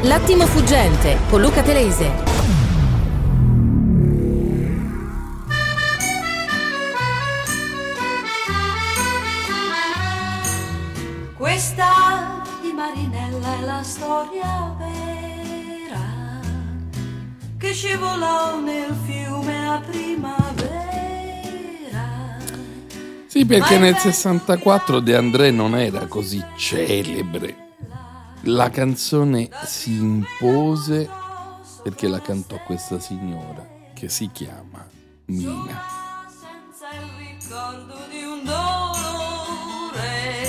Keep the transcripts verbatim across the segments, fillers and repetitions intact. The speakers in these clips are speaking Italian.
L'attimo fuggente con Luca Telese. Questa di Marinella è la storia vera che scivolò nel fiume a primavera. Sì, perché nel sessantaquattro De André non era così celebre. La canzone si impose perché la cantò questa signora che si chiama Mina. Senza il ricordo di un dolore,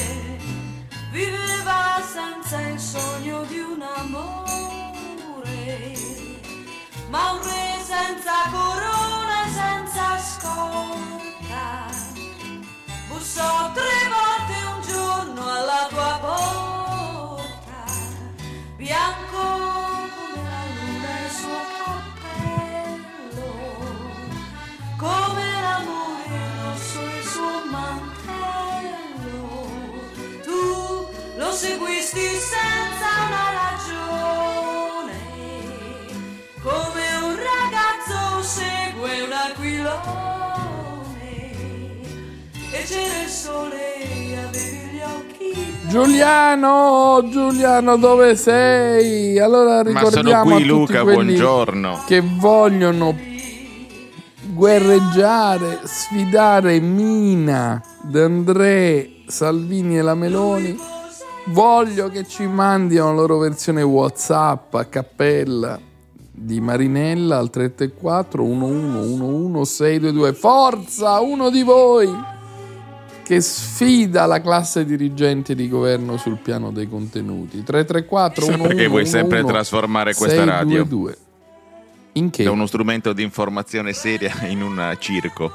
viveva senza il sogno di un amore, ma un re senza corona e senza scorta bussò tre volte un giorno alla tua porta, bianco come la luna e il suo cappello, come l'amore rosso e il suo mantello. Tu lo seguisti senza una ragione, come un ragazzo segue un aquilone, e c'era il sole e avevi gli occhi. Giuliano, Giuliano, dove sei? Allora ricordiamo Ma sono qui, a tutti Luca, quelli buongiorno. che vogliono guerreggiare, sfidare Mina, De André, Salvini e la Meloni. Voglio che ci mandino la loro versione WhatsApp a cappella di Marinella al tre tre quattro uno uno uno uno sei due due. Forza, uno di voi che sfida la classe dirigente di governo sul piano dei contenuti. tre tre quattro uno uno uno Perché vuoi sempre trasformare questa radio in che? da uno strumento di informazione seria in un circo.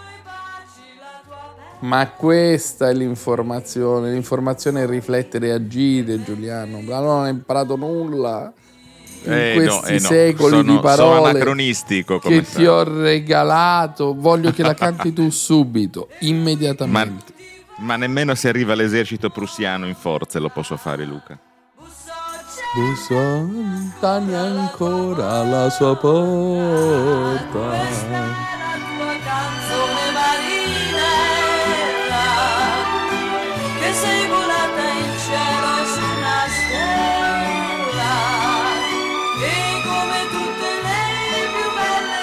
Ma questa è l'informazione. L'informazione è riflettere e agire, Giuliano. Allora non hai imparato nulla in eh, questi no, eh, no. secoli sono, di parole sono anacronistico, come che sai. ti ho regalato. Voglio che la canti tu subito, immediatamente. Ma, ma nemmeno se arriva l'esercito prussiano in forze lo posso fare, Luca. Bussò lontani ancora alla sua porta. Questa è la tua canzone marinella, che sei volata in cielo e su una stella, e come tutte le più belle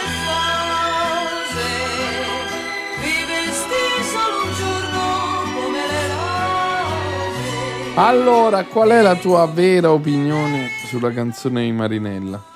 cose vivesti solo un giorno come le rose. Allora, qual è la tua vera opinione sulla canzone di Marinella?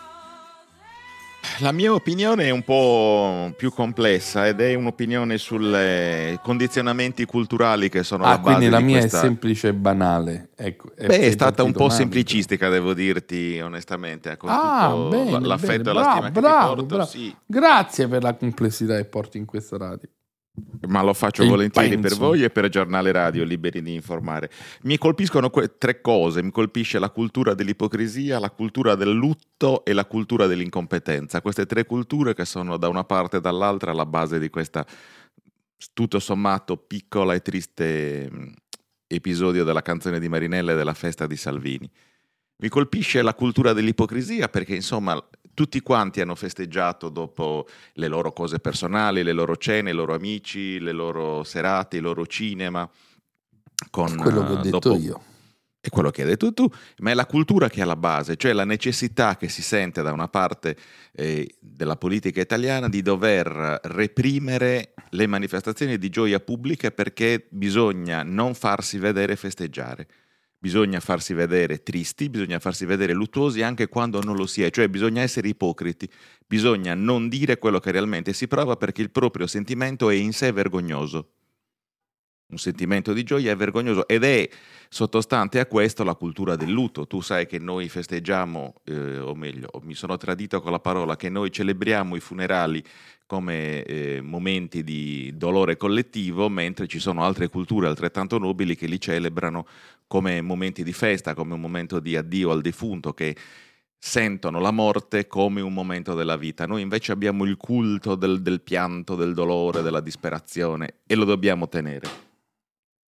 La mia opinione è un po' più complessa ed è un'opinione sui condizionamenti culturali che sono Ah, alla base quindi la di mia questa... è semplice e banale. Ecco, Beh, è stata un po' semplice. semplicistica, devo dirti onestamente. Con Ah, tutto bene, l'affetto bene, e la bravo, stima che bravo, ti porto, bravo. sì. Grazie per la complessità che porti in questa radio. Ma lo faccio E volentieri penso. per voi e per il giornale radio, liberi di informare. Mi colpiscono que- tre cose. Mi colpisce la cultura dell'ipocrisia, la cultura del lutto e la cultura dell'incompetenza. Queste tre culture che sono da una parte e dall'altra alla base di questa, tutto sommato, piccola e triste mh, episodio della canzone di Marinella e della festa di Salvini. Mi colpisce la cultura dell'ipocrisia perché, insomma, tutti quanti hanno festeggiato dopo le loro cose personali, le loro cene, i loro amici, le loro serate, i loro cinema. Con, Quello che ho detto dopo, io. è quello che hai detto tu, ma è la cultura che è alla base, cioè la necessità che si sente da una parte eh, della politica italiana di dover reprimere le manifestazioni di gioia pubbliche perché bisogna non farsi vedere festeggiare. Bisogna farsi vedere tristi, bisogna farsi vedere luttuosi anche quando non lo si è, cioè bisogna essere ipocriti, bisogna non dire quello che realmente si prova perché il proprio sentimento è in sé vergognoso. Un sentimento di gioia è vergognoso ed è sottostante a questo la cultura del lutto. Tu sai che noi festeggiamo, eh, o meglio, mi sono tradito con la parola, che noi celebriamo i funerali come eh, momenti di dolore collettivo, mentre ci sono altre culture altrettanto nobili che li celebrano come momenti di festa, come un momento di addio al defunto, che sentono la morte come un momento della vita. Noi invece abbiamo il culto del, del pianto, del dolore, della disperazione e lo dobbiamo tenere.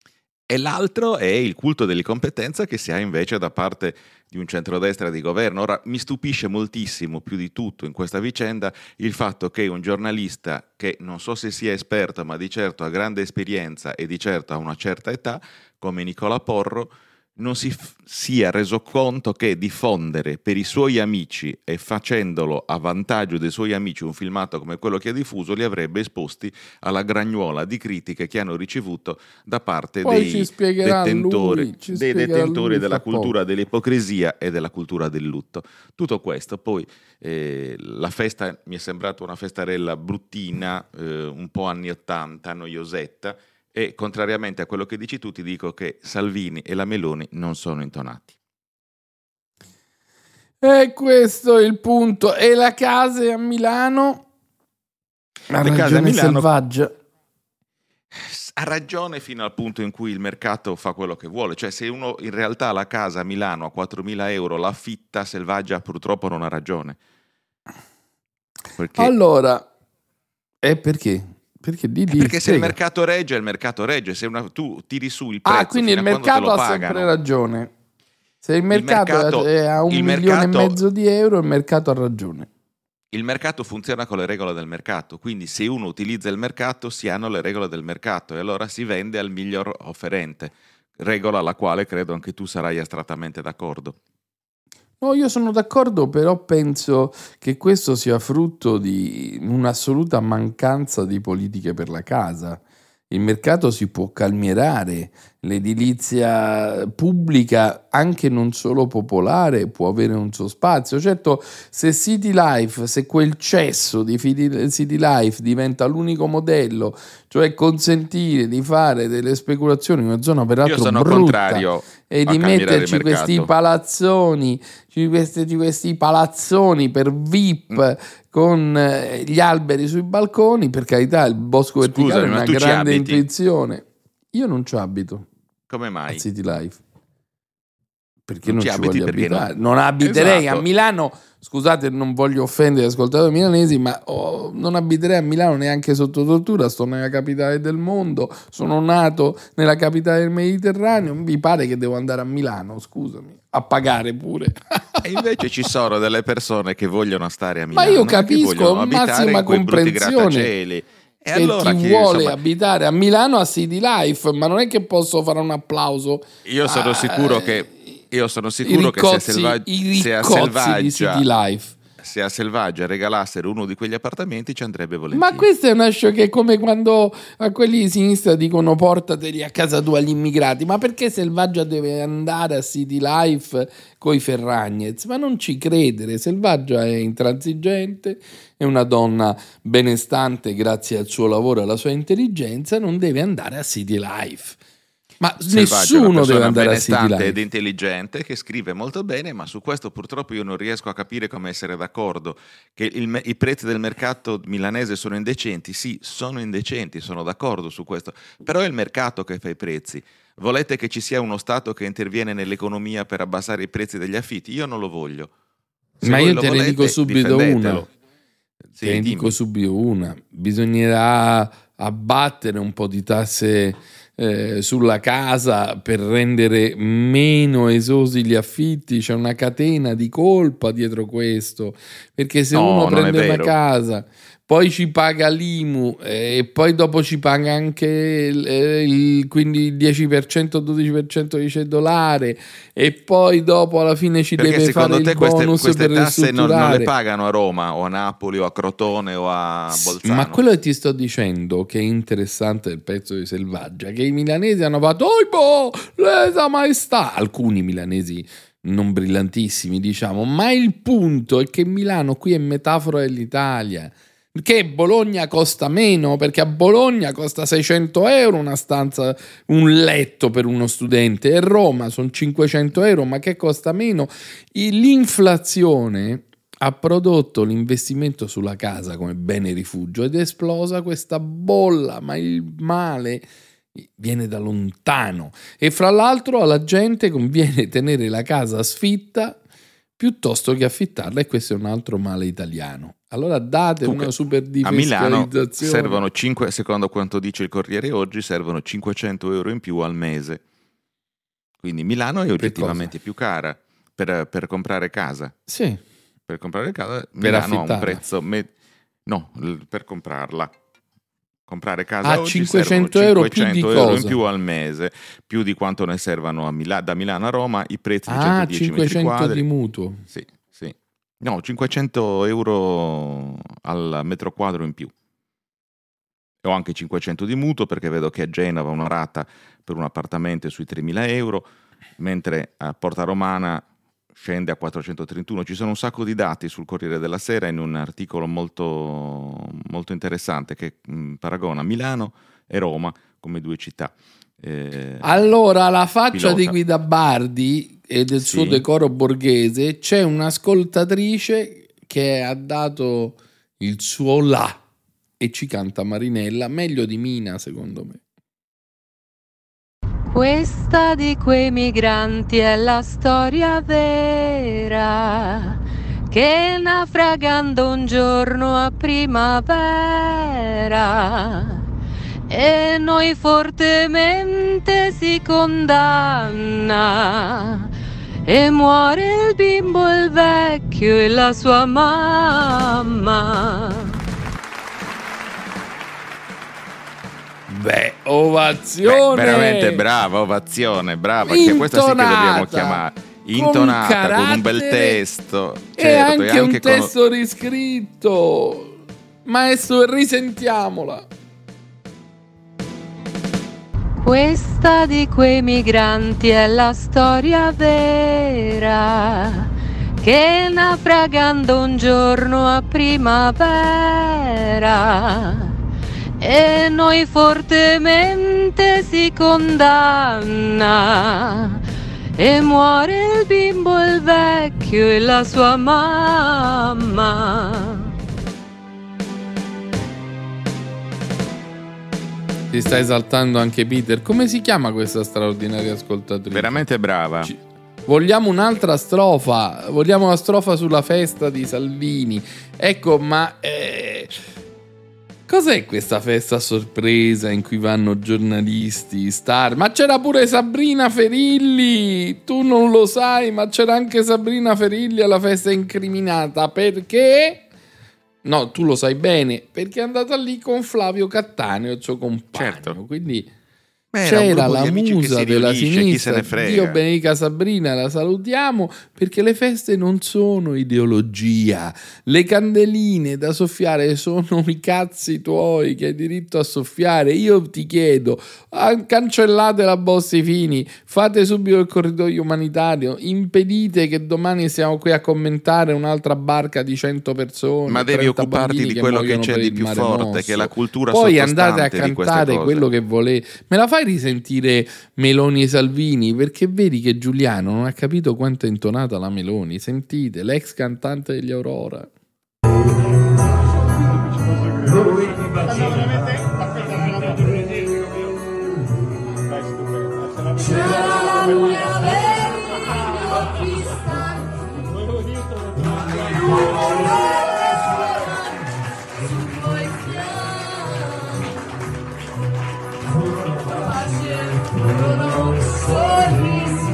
E l'altro è il culto dell'incompetenza che si ha invece da parte di un centrodestra di governo. Ora, mi stupisce moltissimo, più di tutto in questa vicenda, il fatto che un giornalista che non so se sia esperto, ma di certo ha grande esperienza e di certo ha una certa età, come Nicola Porro, non si f- sia reso conto che diffondere per i suoi amici e facendolo a vantaggio dei suoi amici un filmato come quello che ha diffuso li avrebbe esposti alla gragnuola di critiche che hanno ricevuto da parte Poi dei ci spiegherà detentori, lui, ci dei spiegherà detentori lui della fra cultura poco. dell'ipocrisia e della cultura del lutto. Tutto questo, poi eh, la festa mi è sembrata una festarella bruttina, eh, un po' anni ottanta, noiosetta, e contrariamente a quello che dici tu ti dico che Salvini e la Meloni non sono intonati. E questo è il punto. E la casa a Milano? Ha Le case a ragione Milano- Selvaggia. Ha ragione fino al punto in cui il mercato fa quello che vuole, cioè se uno in realtà la casa a Milano a quattromila euro la affitta, Selvaggia purtroppo non ha ragione. Perché, Allora, e perché? Perché di, eh, di, perché se il spiega. mercato regge, il mercato regge, se una, tu tiri su il prezzo Ah, quindi il fino a quando mercato te lo ha pagano, sempre ragione. Se il mercato, mercato- è a un il milione mercato- e mezzo di euro, il mercato ha ragione. il mercato funziona con le regole del mercato, quindi se uno utilizza il mercato si hanno le regole del mercato e allora si vende al miglior offerente, regola alla quale credo anche tu sarai astrattamente d'accordo. No, io sono d'accordo, però penso che questo sia frutto di un'assoluta mancanza di politiche per la casa. Il mercato si può calmierare, l'edilizia pubblica, anche non solo popolare, può avere un suo spazio. Certo, se City Life, se quel cesso di City Life diventa l'unico modello, cioè consentire di fare delle speculazioni in una zona peraltro Io sono brutta, contrario e a di cambiare il metterci mercato. questi palazzoni, ci- questi, ci- questi palazzoni per V I P Mm. con eh, gli alberi sui balconi, per carità, il bosco verticale Scusami, è ma una tu ci grande abiti? intuizione. Io non ci abito Come a mai? City Life perché Non non, ci ci abiti voglio perché no? abitare. Non abiterei Esatto. a Milano. Scusate, non voglio offendere gli ascoltatori milanesi, ma oh, non abiterei a Milano neanche sotto tortura. Sto nella capitale del mondo, sono nato nella capitale del Mediterraneo. Mi pare che devo andare a Milano, scusami, a pagare pure. E invece ci sono delle persone che vogliono stare a Ma Milano, io e che capisco, vogliono abitare massima in quei brutti comprensione grattacieli. E per allora chi che, vuole insomma, abitare a Milano a City Life, ma non è che posso fare un applauso. io sono a- sicuro che io sono i sicuro che se, ricozzi, Selvaggia, i se a ricozzi di City Selvaggia Life. se a Selvaggia regalassero uno di quegli appartamenti ci andrebbe volentieri. Ma questa è una sciocchezza, è come quando a quelli di sinistra dicono portateli a casa tua agli immigrati. Ma perché Selvaggia deve andare a City Life coi Ferragnez? Ma non ci credere, Selvaggia è intransigente, è una donna benestante grazie al suo lavoro e alla sua intelligenza, non deve andare a City Life. Ma Selvaggia è una nessuno deve persona andare a City benestante ed Life. intelligente che scrive molto bene, ma su questo purtroppo io non riesco a capire come essere d'accordo. Che il me- i prezzi del mercato milanese sono indecenti? Sì, sono indecenti, sono d'accordo su questo, però è il mercato che fa i prezzi. Volete che ci sia uno Stato che interviene nell'economia per abbassare i prezzi degli affitti? Io non lo voglio. Se Ma voi io lo te ne volete, dico subito difendetelo. una. Sì, Te ne dimmi. dico subito una. Bisognerà abbattere un po' di tasse eh, sulla casa per rendere meno esosi gli affitti. C'è una catena di colpa dietro questo, perché se No, uno non è prende una vero. casa, poi ci paga l'I M U eh, e poi dopo ci paga anche il, eh, il- quindi il dieci per cento, dodici per cento di cedolare, e poi dopo alla fine ci Perché deve secondo fare te il queste, bonus queste per tasse non, non le ristrutturare. pagano a Roma o a Napoli o a Crotone o a Bolzano? Ma quello che ti sto dicendo, che è interessante del pezzo di Selvaggia, che i milanesi hanno fatto "Oi boh, lesa maestà", alcuni milanesi non brillantissimi, diciamo, ma il punto è che Milano qui è metafora dell'Italia. Che Bologna costa meno, perché a Bologna costa seicento euro una stanza, un letto per uno studente, e Roma sono cinquecento euro, ma che costa meno? I- L'inflazione ha prodotto l'investimento sulla casa come bene rifugio ed è esplosa questa bolla, ma il male viene da lontano, e fra l'altro alla gente conviene tenere la casa sfitta piuttosto che affittarla, e questo è un altro male italiano. Allora date Comunque, una super a Milano defiscalizzazione. servono cinque, secondo quanto dice il Corriere oggi, servono cinquecento euro in più al mese. Quindi Milano è oggettivamente più cara per, per comprare casa. Sì. Per comprare casa Per Milano ha un affittarla. prezzo me- no, l- per comprarla. Comprare casa Ah, oggi cinquecento servono euro più di cinquecento euro in cosa? più al mese, più di quanto ne servano a Mila- da Milano a Roma, i prezzi di Ah, centodieci metri cinquecento quadri. di mutuo. Sì, sì. No, cinquecento euro al metro quadro in più. Ho anche cinquecento di mutuo, perché vedo che a Genova una rata per un appartamento è sui tremila euro, mentre a Porta Romana scende a quattrocentotrentuno. Ci sono un sacco di dati sul Corriere della Sera in un articolo molto, molto interessante che mh, paragona Milano e Roma come due città. Eh, Allora, alla faccia pilota. di Guida Bardi e del Sì. suo decoro borghese, c'è un'ascoltatrice che ha dato il suo là e ci canta Marinella meglio di Mina, secondo me. Questa di quei migranti è la storia vera, che naufragando un giorno a primavera e noi fortemente si condanna, e muore il bimbo, il vecchio e la sua mamma. Beh, ovazione! Beh, veramente brava, ovazione, brava. Che questa sì che dobbiamo Intonata, chiamare con intonata, con, un bel carattere testo. E certo, anche, e anche un con- testo riscritto. Maestro, risentiamola. Questa di quei migranti è la storia vera, che naufragando un giorno a primavera e noi fortemente si condanna, e muore il bimbo, il vecchio e la sua mamma. Ti sta esaltando anche Peter. Come si chiama questa straordinaria ascoltatrice? veramente brava. Ci- Vogliamo un'altra strofa. Vogliamo la strofa sulla festa di Salvini. Ecco, ma eh, cos'è questa festa a sorpresa in cui vanno giornalisti, star? Ma c'era pure Sabrina Ferilli. Tu non lo sai, ma c'era anche Sabrina Ferilli alla festa incriminata. Perché? No, tu lo sai bene, perché è andata lì con Flavio Cattaneo, il suo compagno. Certo. Quindi Beh, era un c'era gruppo la di amici che musa si della riunisce, chi se sinistra. ne frega. Dio benedica Sabrina, la salutiamo, perché le feste non sono ideologia. Le candeline da soffiare sono i cazzi tuoi che hai diritto a soffiare. Io ti chiedo, ah, cancellate la Bossi-Fini, fate subito il corridoio umanitario, impedite che domani siamo qui a commentare un'altra barca di cento persone. Ma devi trenta occuparti bambini di quello che muoiono c'è per di il più Mare forte, Nostro. che è la cultura Poi sottostante andate a di queste cantare cose. quello che volete. Me la fai risentire Meloni e Salvini? Perché vedi che Giuliano non ha capito quanto è intonata la Meloni. Sentite, l'ex cantante degli Aurora. C'era la luna vera, occhi stanchi, suoi furono sorrisi,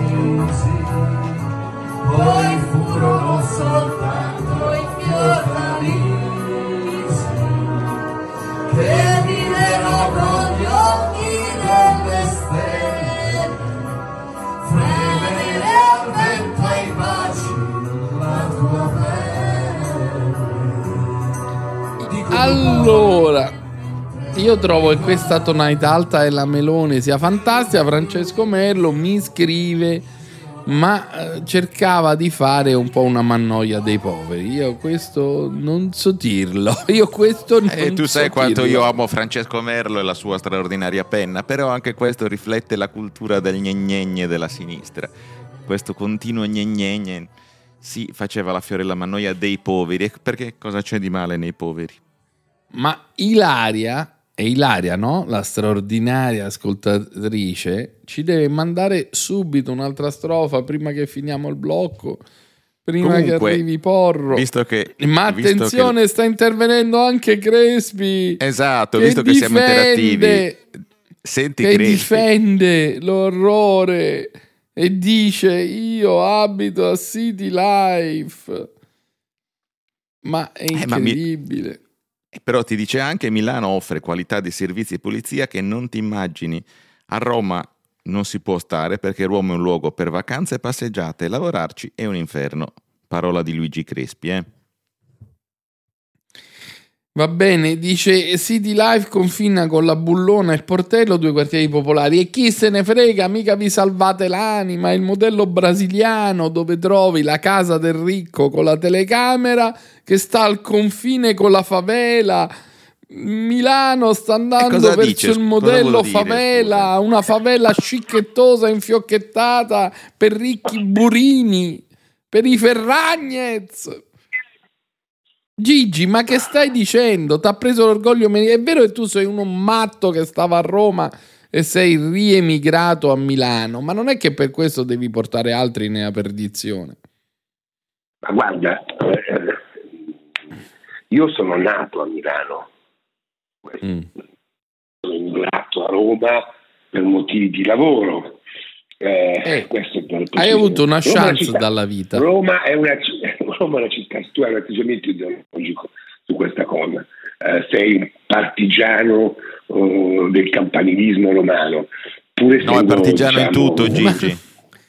poi furono soltanto i fiordalisi che videro con gli occhi delle stelle fremere al vento ai baci la tua pelle. Allora, io trovo che questa tonalità alta della Meloni sia fantastica. Francesco Merlo mi scrive, ma eh, cercava di fare un po' una mannoia dei poveri. Io questo non so dirlo. Io questo non E tu so sai quanto dirlo. io amo Francesco Merlo e la sua straordinaria penna, però anche questo riflette la cultura del gnegnegne della sinistra. Questo continuo gnegnegne si faceva la Fiorella Mannoia dei poveri. E perché cosa c'è di male nei poveri? Ma Ilaria, è Ilaria, no? La straordinaria ascoltatrice ci deve mandare subito un'altra strofa prima che finiamo il blocco, Prima Comunque, che arrivi Porro. Visto che, Ma attenzione, che... sta intervenendo anche Crespi. Esatto, che visto che siamo difende, interattivi. Senti che Crespi. difende l'orrore e dice io abito a City Life. Ma è incredibile. Eh, ma mi... Però ti dice anche Milano offre qualità di servizi e polizia che non ti immagini. A Roma non si può stare perché Roma è un luogo per vacanze e passeggiate, lavorarci è un inferno. Parola di Luigi Crespi, eh. Va bene, dice City Life confina con la Bullona e il Portello, due quartieri popolari, e chi se ne frega, mica vi salvate l'anima. Il modello brasiliano dove trovi la casa del ricco con la telecamera che sta al confine con la favela. Milano sta andando verso dice? il modello dire, favela, scusa? una favela scicchettosa infiocchettata per ricchi burini, per i Ferragnez. Gigi, ma che stai dicendo? T'ha preso l'orgoglio? È vero che tu sei uno matto che stava a Roma e sei riemigrato a Milano, ma non è che per questo devi portare altri nella perdizione. Ma guarda, eh, io sono nato a Milano. Mm. Sono emigrato a Roma per motivi di lavoro. Eh, eh, questo per hai avuto una Roma chance città, dalla vita. Roma è una, Roma è una città, tu hai un atteggiamento ideologico su questa cosa. Eh, sei un partigiano uh, del campanilismo romano. Pure no, è partigiano diciamo, in tutto, Gigi.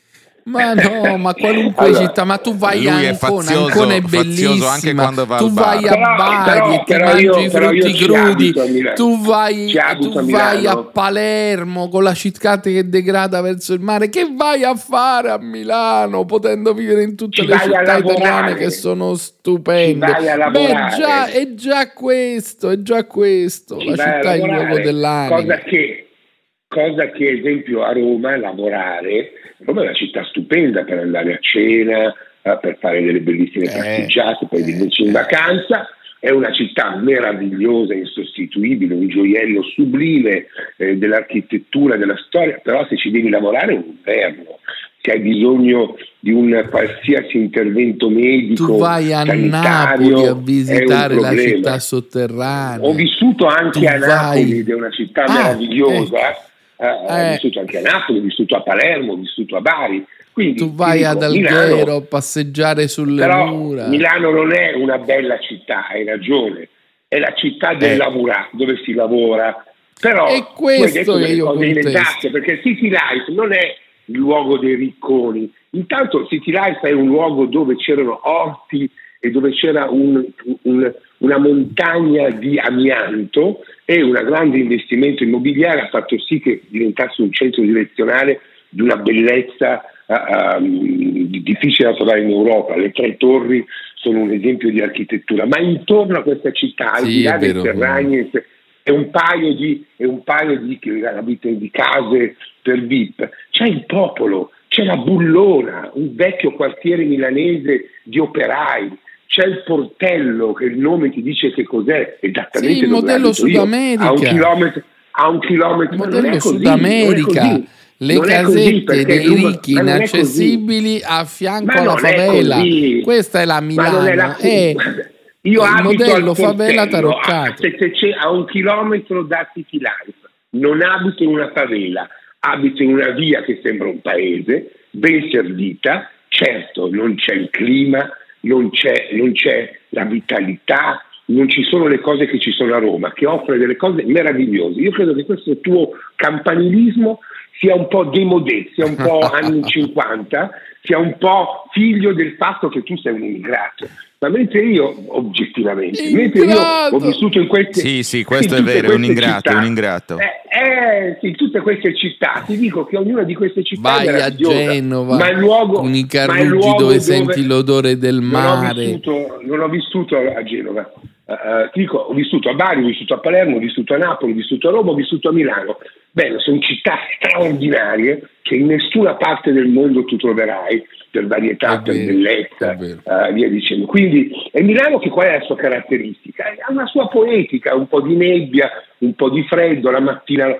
Ma no, ma qualunque allora, città, ma tu vai a Ancona, Ancona è bellissima, anche quando va tu vai a Bari e ti mangi io, i frutti crudi, tu vai, tu vai a Palermo con la città che degrada verso il mare, che vai a fare a Milano potendo vivere in tutte Ci le città lavorare, italiane che sono stupende? Beh, già, è già questo, è già questo, Ci la città è il luogo dell'anima. Cosa che, cosa che, esempio, a Roma lavorare... Roma è una città stupenda per andare a cena, eh, per fare delle bellissime eh, passeggiate, per venirci in vacanza. È una città meravigliosa, insostituibile, un gioiello sublime eh, dell'architettura, della storia, però se ci devi lavorare è un inverno, se hai bisogno di un qualsiasi intervento medico, tu vai a Napoli a visitare la città sotterranea. Ho vissuto anche tu a Napoli vai... ed è una città ah, meravigliosa. Eh. Uh, eh. Ho vissuto anche a Napoli, ho vissuto a Palermo, ho vissuto a Bari. Quindi, tu vai dico, ad Alghero a passeggiare sulle però mura. Milano non è una bella città, hai ragione, è la città del eh. lavoro, dove si lavora. Però è questo che io contesto, perché City Life non è il luogo dei ricconi. Intanto City Life è un luogo dove c'erano orti e dove c'era un, un, una montagna di amianto, e un grande investimento immobiliare ha fatto sì che diventasse un centro direzionale di una bellezza uh, um, difficile da trovare in Europa. Le tre torri sono un esempio di architettura, ma intorno a questa città, al di là del Ferragnez, è un paio di, è un paio di, di case per V I P, c'è il popolo, c'è la Bullona, un vecchio quartiere milanese di operai, c'è il Portello, che il nome ti dice che cos'è esattamente. Sì, il modello Sud America. A un chilometro, a un chilometro. Il modello Sud America, le non casette dei ricchi inaccessibili a fianco alla favela. Questa è la Milano. Ma non è la è Io il abito modello al favela Portello, taroccato. A, a un chilometro da City Life. Non abito in una favela, abito in una via che sembra un paese, ben servita. Certo, non c'è il clima, non c'è, non c'è la vitalità, non ci sono le cose che ci sono a Roma, che offre delle cose meravigliose. Io credo che questo tuo campanilismo sia un po' démodé, sia un po' anni cinquanta, sia un po' figlio del fatto che tu sei un immigrato. Ma mentre io, oggettivamente, Ingrato. mentre io ho vissuto in queste Sì, sì, questo in è vero, è un ingrato, città, è un ingrato. Eh, eh, in tutte queste città, ti dico che ognuna di queste città vai è a Genova, ma il luogo, con i ma il carruggi luogo dove, dove senti l'odore del mare. Non ho vissuto, non ho vissuto a Genova. Uh, ti dico, ho vissuto a Bari, ho vissuto a Palermo, ho vissuto a Napoli, ho vissuto a Roma, ho vissuto a Milano. Bene, sono città straordinarie che in nessuna parte del mondo tu troverai, per varietà, per bellezza, uh, via dicendo. Quindi è Milano che qual è la sua caratteristica? Ha una sua poetica, un po' di nebbia, un po' di freddo, la mattina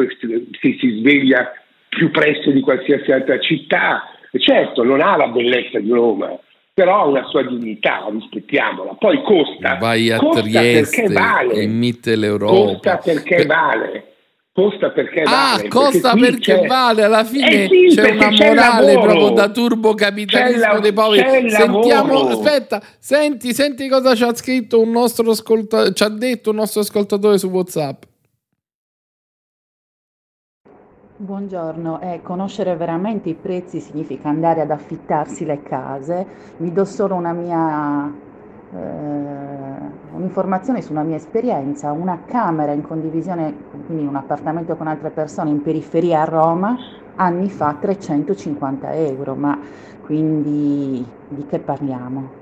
si, si sveglia più presto di qualsiasi altra città. E certo, non ha la bellezza di Roma, però ha una sua dignità, rispettiamola. Poi costa, vai a costa Trieste perché vale, e Mitteleuropa. costa perché per... vale. Costa perché ah, vale. costa perché, perché vale, alla fine eh sì, c'è una c'è morale lavoro. proprio da turbocapitalismo C'è la... dei poveri. c'è Sentiamo, lavoro. aspetta, senti, senti cosa ci ha scritto un nostro ascoltatore, ci ha detto un nostro ascoltatore su WhatsApp. Buongiorno, eh, conoscere veramente i prezzi significa andare ad affittarsi le case. Vi do solo una mia eh, un'informazione sulla mia esperienza. Una camera in condivisione, quindi un appartamento con altre persone in periferia a Roma, anni fa trecentocinquanta euro, ma quindi di che parliamo?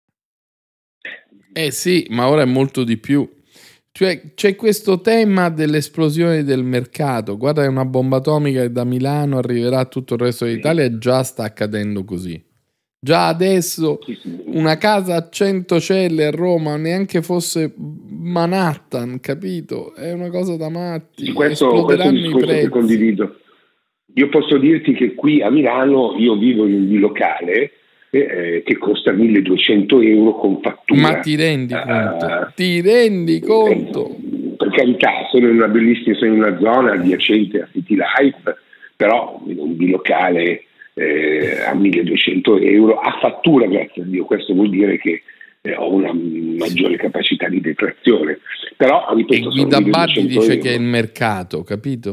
Eh sì, ma ora è molto di più. Cioè c'è questo tema dell'esplosione del mercato. Guarda, è una bomba atomica che da Milano arriverà a tutto il resto d'Italia e già sta accadendo così. Già adesso una casa a cento celle a Roma, neanche fosse Manhattan, capito? È una cosa da matti. Sì, questo, questo è un discorso che condivido. Io posso dirti che qui a Milano io vivo in un bilocale Eh, che costa milleduecento euro con fattura. Ma ti rendi conto? Uh, ti rendi conto? Eh, per carità, sono in una bellissima, sono in una zona adiacente a City Life, però in un bilocale eh, a milleduecento euro a fattura, grazie a Dio. Questo vuol dire che eh, ho una maggiore capacità di detrazione. Però ripeto, e Guida Batti dice euro. Che è il mercato, capito?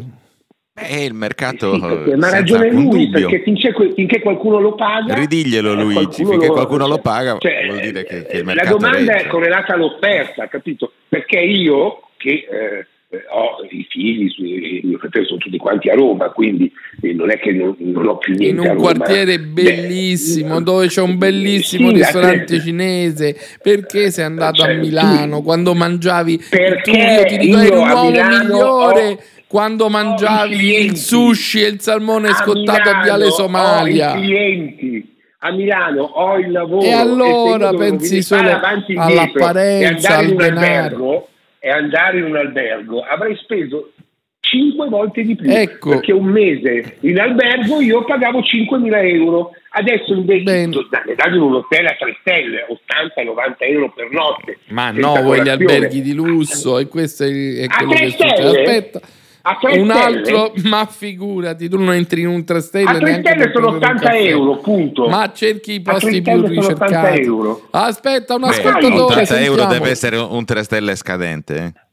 È il mercato, sì, perché, ma ha ragione lui, perché finché, finché qualcuno lo paga, ridiglielo Luigi, qualcuno finché lo, qualcuno cioè, lo paga cioè, vuol dire che, che il mercato la domanda regge. È correlata all'offerta, capito? Perché io che eh, ho i figli, i miei fratelli sono tutti quanti a Roma, quindi eh, non è che non, non ho più niente in un a Roma. quartiere bellissimo, Beh, dove c'è un bellissimo sì, ristorante cinese. Perché sei andato cioè, a Milano tu, quando mangiavi perché tu, io ti dico, eri l'uomo migliore ho, quando mangiavi il sushi e il salmone scottato a Viale Somalia. Ho i clienti a Milano, ho il lavoro e allora e pensi solo all'apparenza, al denaro. E andare in un albergo avrei speso cinque volte di più, ecco. Perché un mese in albergo io pagavo cinquemila euro, adesso invece dai in un hotel a tre stelle, ottanta novanta euro per notte. Ma no, voi gli alberghi di lusso, e questo è, è quello che succede. Aspetta, un altro, ma figurati, tu non entri in un tre stelle. A tre stelle sono ottanta euro, punto. Ma cerchi i posti più ricercati. Euro. Aspetta, un Beh, ascoltatore. ottanta euro deve essere un tre stelle scadente.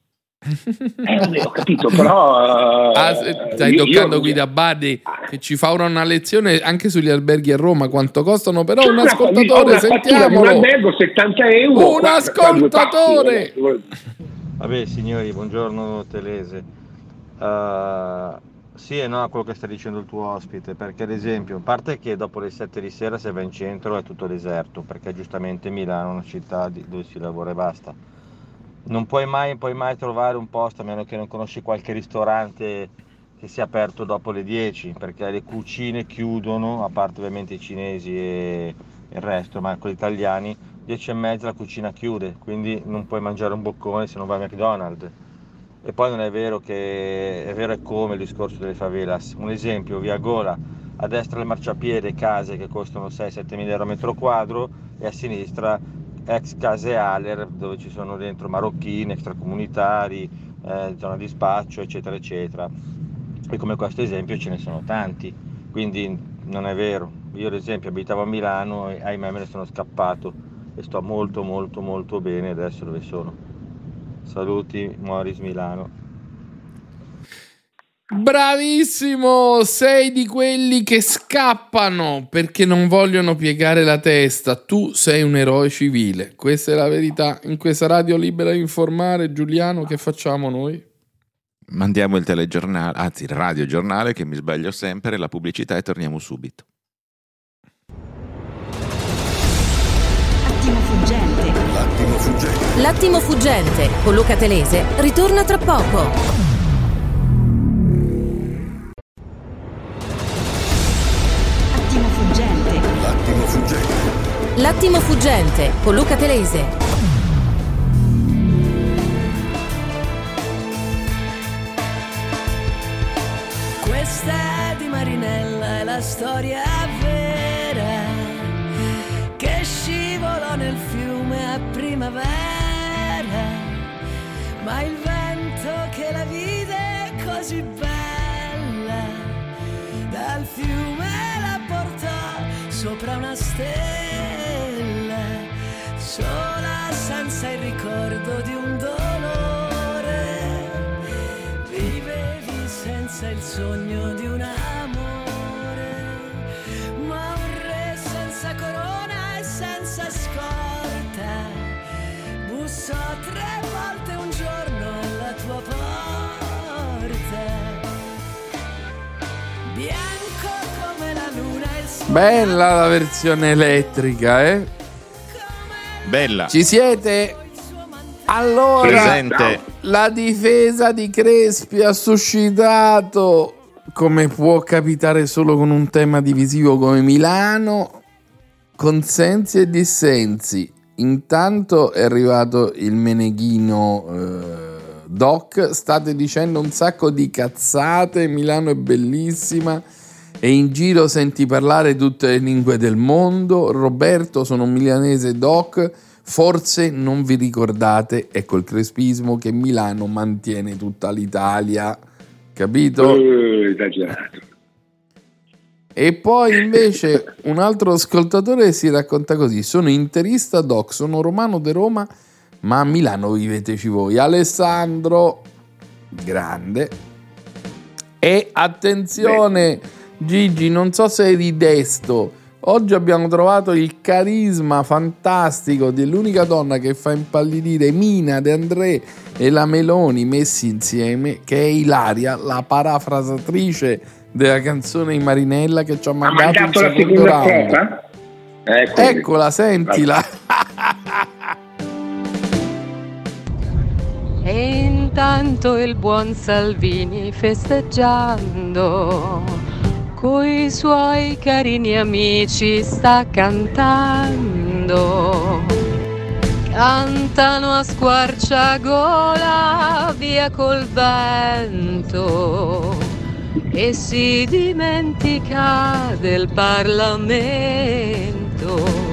Eh, vabbè, ho capito, però. Uh, ah, stai io, toccando io, Guida Badi che ci fa ora una lezione anche sugli alberghi a Roma, quanto costano. Però un ascoltatore, sentiamolo. Un albergo settanta euro. Un qua, ascoltatore. Qua vabbè, signori, buongiorno Telese. Uh, sì e no a quello che sta dicendo il tuo ospite, perché ad esempio, a parte che dopo le sette di sera se va in centro è tutto deserto, perché giustamente Milano è una città dove si lavora e basta, non puoi mai, puoi mai trovare un posto, a meno che non conosci qualche ristorante che sia aperto dopo le dieci, perché le cucine chiudono, a parte ovviamente i cinesi e il resto, ma con gli italiani dieci e mezza la cucina chiude, quindi non puoi mangiare un boccone se non vai a McDonald's. E poi non è vero che è vero è come il discorso delle favelas. Un esempio, via Gola, a destra il marciapiede, case che costano sei sette mila euro a metro quadro, e a sinistra ex case Aller, dove ci sono dentro marocchini, extracomunitari, eh, zona di spaccio, eccetera eccetera. E come questo esempio ce ne sono tanti, quindi non è vero. Io ad esempio abitavo a Milano e ahimè me ne sono scappato e sto molto molto molto bene adesso dove sono. Saluti, Moris Milano. Bravissimo, sei di quelli che scappano perché non vogliono piegare la testa. Tu sei un eroe civile, questa è la verità. In questa radio libera di informare, Giuliano, che facciamo noi? Mandiamo il telegiornale, anzi il radiogiornale, che mi sbaglio sempre, la pubblicità, e torniamo subito. Attimo fuggente. L'attimo fuggente. L'attimo fuggente con Luca Telese ritorna tra poco. Attimo fuggente. L'attimo fuggente. L'attimo fuggente con Luca Telese. Questa è di Marinella, è la storia vera che primavera, ma il vento che la vide così bella, dal fiume la portò sopra una stella, sola senza il ricordo di un dolore, vivevi senza il sogno di un amore, ma un re senza corona e senza scorta bussò tre volte un giorno alla tua porta, bianco come la luna e il sole. Bella la versione elettrica, eh? Bella. Ci siete? Allora, Presente. la difesa di Crespi ha suscitato, come può capitare solo con un tema divisivo come Milano, consensi e dissensi. Intanto è arrivato il Meneghino eh, Doc, state dicendo un sacco di cazzate, Milano è bellissima e in giro senti parlare tutte le lingue del mondo. Roberto, sono un milanese Doc, forse non vi ricordate, ecco il crespismo, che Milano mantiene tutta l'Italia, capito? Eh, esagerato. E poi invece un altro ascoltatore si racconta così: sono interista Doc, sono romano de Roma, ma a Milano viveteci voi. Alessandro, grande. E attenzione, beh, Gigi, non so se eri desto, oggi abbiamo trovato il carisma fantastico dell'unica donna che fa impallidire Mina, De André e la Meloni messi insieme, che è Ilaria, la parafrasatrice della canzone di Marinella, che ci ha mandato, ha mandato un la secondo seconda round. strofa? Ecco, Eccola, sentila. E intanto il buon Salvini, festeggiando coi suoi carini amici, sta cantando. Cantano a squarciagola, via col vento, e si dimentica del Parlamento.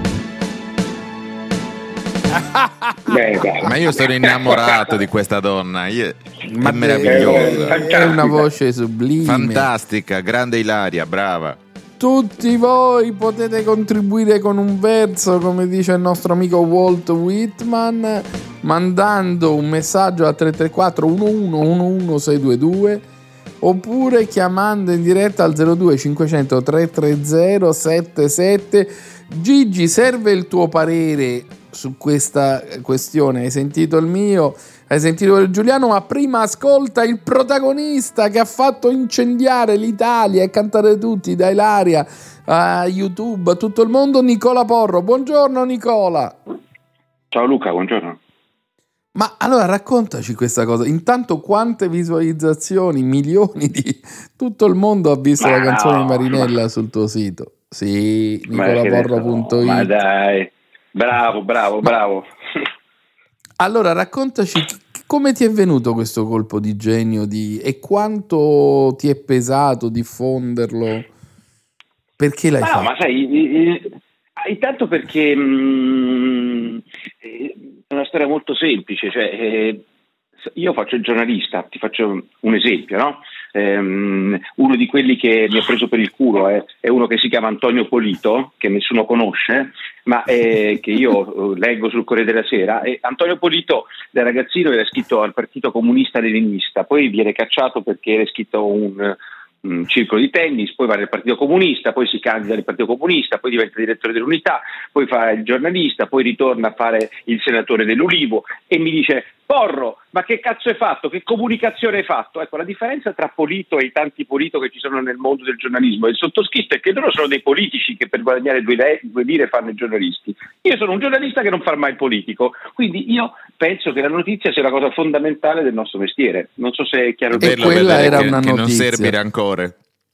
Beh, Ma io sono innamorato di questa donna, io, Ma è meravigliosa, è una voce sublime, fantastica, grande Ilaria, brava. Tutti voi potete contribuire con un verso, come dice il nostro amico Walt Whitman, mandando un messaggio a tre tre quattro uno uno uno uno sei due due oppure chiamando in diretta al zero due cinquecento tre tre zero sette sette. Gigi, serve il tuo parere su questa questione? Hai sentito il mio, hai sentito il Giuliano, ma prima ascolta il protagonista che ha fatto incendiare l'Italia e cantare tutti, da Ilaria a YouTube, a tutto il mondo, Nicola Porro. Buongiorno Nicola. Ciao Luca, buongiorno. Ma allora raccontaci questa cosa. Intanto, quante visualizzazioni, milioni di tutto il mondo ha visto ma la canzone no, di Marinella ma... sul tuo sito? Sì, nicolaporro punto it. No, ma dai, bravo, bravo, bravo. Allora raccontaci come ti è venuto questo colpo di genio di... e quanto ti è pesato diffonderlo? Perché l'hai ma fatto? No, ma sai, intanto perché mh, è una storia molto semplice, cioè eh, io faccio il giornalista, ti faccio un esempio, no? Um, uno di quelli che mi ha preso per il culo è, è uno che si chiama Antonio Polito, che nessuno conosce, ma eh, che io leggo sul Corriere della Sera. E Antonio Polito da ragazzino era iscritto al Partito Comunista Leninista, poi viene cacciato perché era iscritto a un, un circolo di tennis, poi va nel Partito Comunista, poi si candida nel Partito Comunista, poi diventa direttore dell'Unità, poi fa il giornalista, poi ritorna a fare il senatore dell'Ulivo e mi dice: Porro, ma che cazzo hai fatto? Che comunicazione hai fatto? Ecco, la differenza tra Polito e i tanti Polito che ci sono nel mondo del giornalismo e il sottoscritto è che loro sono dei politici che per guadagnare due, le- due lire fanno i giornalisti. Io sono un giornalista che non fa mai il politico, quindi io penso che la notizia sia la cosa fondamentale del nostro mestiere. Non so se è chiaro. E tutto. quella era che, una che non notizia. servi rancore.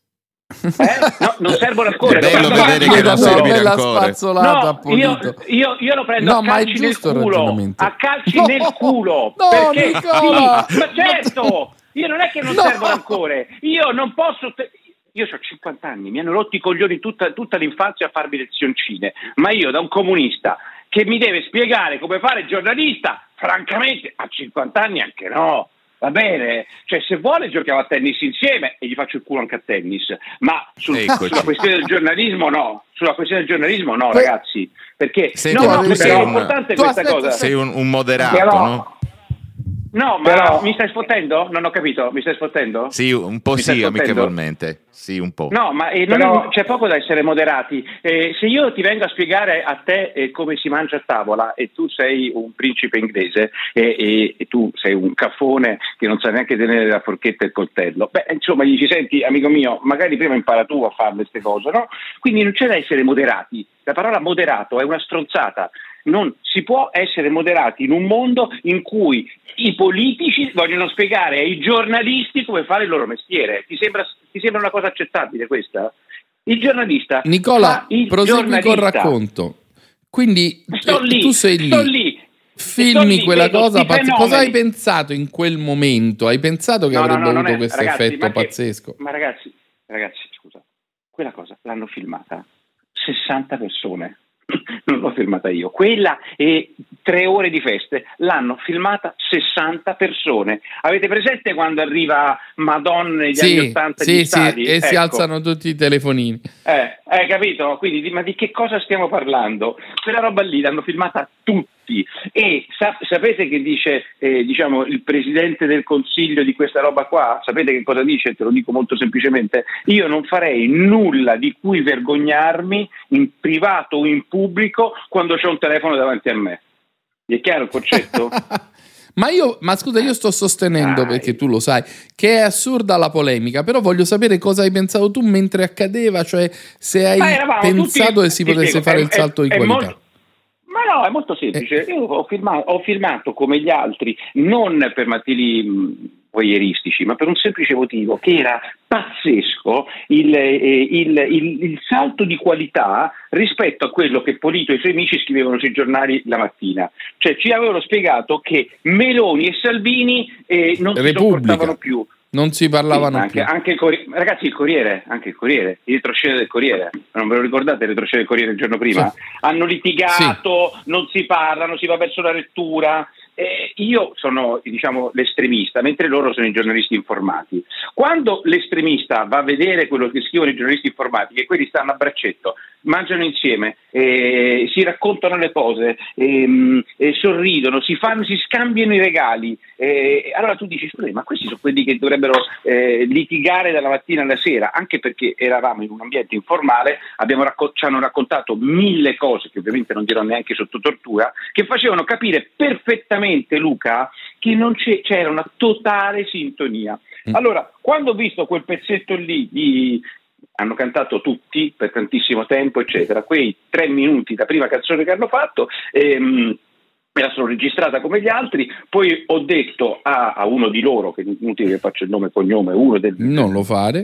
Eh? No, non servono ancora. È bello No, vedere no, che no, non no, servi bella rancore. spazzolata a No, Polito. io, io, io lo prendo No, a ma è calci nel giusto il culo, ragionamento. a calci No, nel culo, no, perché Nicola! sì, ma certo, io non è che non No! servono ancora, io non posso, te- io ho cinquanta anni, mi hanno rotto i coglioni tutta, tutta l'infanzia a farmi lezioncine, ma io da un comunista che mi deve spiegare come fare il giornalista, francamente a cinquanta anni anche no. Va bene, cioè se vuole giochiamo a tennis insieme e gli faccio il culo anche a tennis, ma sul, sulla questione del giornalismo no, sulla questione del giornalismo no, ragazzi, perché Senti, no, no, tu sei è un, importante tu questa aspetta, cosa. Sei un, un moderato, Però, no? No, ma Però... mi stai sfottendo? Non ho capito, mi stai sfottendo? Sì, un po' mi sì, amichevolmente. Sì, un po'. No, ma eh, non Però... è, c'è poco da essere moderati. Eh, se io ti vengo a spiegare a te eh, come si mangia a tavola e tu sei un principe inglese e, e, e tu sei un caffone che non sa neanche tenere la forchetta e il coltello, beh, insomma, gli dici, senti, amico mio, magari prima impara tu a fare queste cose, no? Quindi non c'è da essere moderati. La parola moderato è una stronzata. Non si può essere moderati in un mondo in cui i politici vogliono spiegare ai giornalisti come fare il loro mestiere. Ti sembra, ti sembra una cosa accettabile questa? Il giornalista Nicola, il prosegui col racconto. Quindi sto eh, lì, tu sei lì, sto lì filmi lì, quella cosa sti pazz- fenomeni. cosa hai pensato in quel momento? Hai pensato che No, no, avrebbe no, non avuto è- questo ragazzi, effetto ma che- pazzesco? Ma ragazzi, ragazzi, scusa, quella cosa l'hanno filmata sessanta persone. Non l'ho filmata io, quella e tre ore di feste l'hanno filmata sessanta persone. Avete presente quando arriva Madonna negli Sì, anni ottanta sì, gli sì, stadi? e si Ecco. alzano tutti i telefonini. Eh, hai capito? Quindi di- ma di che cosa stiamo parlando? Quella roba lì l'hanno filmata tutti e sa- sapete che dice eh, diciamo il presidente del consiglio di questa roba qua? Sapete che cosa dice? Te lo dico molto semplicemente: io non farei nulla di cui vergognarmi in privato o in pubblico quando c'è un telefono davanti a me. Vi è chiaro il concetto? Ma io, ma scusa, io sto sostenendo, Dai. perché tu lo sai, che è assurda la polemica, però voglio sapere cosa hai pensato tu mentre accadeva, cioè se hai Ma eravamo pensato tutti- che si ti potesse spiego, fare è- il salto è- di è qualità. molto- Ma no, è molto semplice. Io ho filmato, ho filmato come gli altri, non per motivi mh, voyeuristici, ma per un semplice motivo, che era pazzesco il, eh, il, il, il salto di qualità rispetto a quello che Polito e i suoi amici scrivevano sui giornali la mattina. Cioè ci avevano spiegato che Meloni e Salvini eh, non si Repubblica. sopportavano più. Non si parlavano Sì, anche, più. anche il Corriere, ragazzi, il Corriere, anche il Corriere, il retroscena del Corriere, non ve lo ricordate il retroscena del Corriere il giorno prima? Sì. Hanno litigato, non si parlano, si va verso la lettura. Eh, io sono, diciamo, l'estremista, mentre loro sono i giornalisti informati. Quando l'estremista va a vedere quello che scrivono i giornalisti informati, che quelli stanno a braccetto, mangiano insieme, eh, si raccontano le cose, ehm, eh, sorridono, si fanno, si scambiano i regali. Eh, allora tu dici, scusa, ma questi sono quelli che dovrebbero eh, litigare dalla mattina alla sera, anche perché eravamo in un ambiente informale, abbiamo racco- ci hanno raccontato mille cose, che ovviamente non dirò neanche sotto tortura, che facevano capire perfettamente, Luca, che non c'è, c'era una totale sintonia. Allora, quando ho visto quel pezzetto lì di... hanno cantato tutti per tantissimo tempo, eccetera, quei tre minuti, la prima canzone che hanno fatto, ehm, me la sono registrata come gli altri, poi ho detto a, a uno di loro, che è inutile che faccia il nome e cognome, uno del... Non lo fare.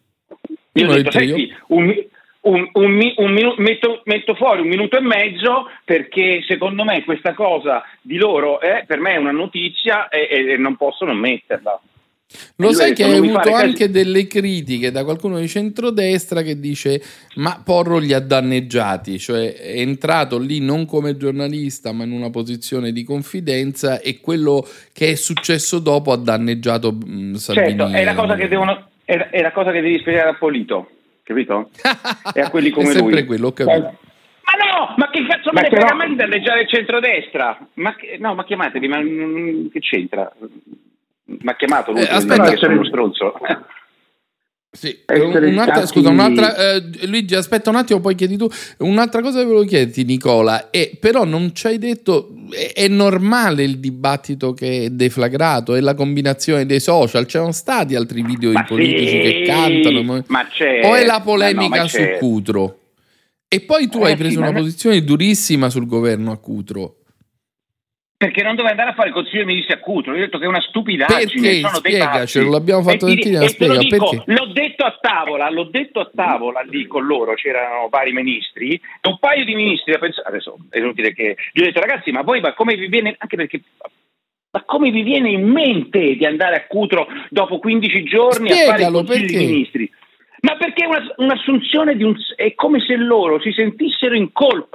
Io Uno ho del detto, trio. senti, un, un, un, mi- un minu- metto, metto fuori un minuto e mezzo perché secondo me questa cosa di loro eh, per me è una notizia e, e non posso non metterla. Lo E sai lui ha che detto, hai non mi avuto fare anche casi- delle critiche da qualcuno di centrodestra che dice ma Porro li ha danneggiati, cioè è entrato lì non come giornalista ma in una posizione di confidenza e quello che è successo dopo ha danneggiato mh, Salvini. Certo, è la cosa che e- devono è, è la cosa che devi spiegare a Polito, capito? E a quelli come è sempre lui. quello, ho capito. Ma no, ma che cazzo Ma me ne però- frega mai di danneggiare il centrodestra? Ma che, no, ma chiamatevi, ma mm, che c'entra? Mi ha chiamato lui, Eh, per aspetta. dire che sono uno stronzo. Sì, Essere un'altra, stati- scusa, un'altra, eh, Luigi, aspetta un attimo, poi chiedi tu. Un'altra cosa che volevo chiederti, Nicola, è, però non ci hai detto, è, è normale il dibattito che è deflagrato, è la combinazione dei social, c'erano stati altri video Ma di politici sì, che cantano, ma- ma c'è, o è la ma no, polemica ma su c'è. Cutro? E poi tu Eh, hai preso sì, ma una no- posizione durissima sul governo a Cutro. Perché non doveva andare a fare il consiglio dei ministri a Cutro. Io ho detto che è una stupidaggine, Perché? sono dei Spiegacelo, pazzi. l'abbiamo fatto E ti- stamattina, e te lo spiega, dico, perché? l'ho detto a tavola, l'ho detto a tavola lì con loro, c'erano vari ministri, e un paio di ministri da pensare, adesso è inutile che gli ho detto ragazzi, ma voi ma come vi viene, anche perché ma come vi viene in mente di andare a Cutro dopo quindici giorni a fare il Spiegalo, consiglio perché? dei ministri? Ma perché è una, un'assunzione di un è come se loro si sentissero in colpa.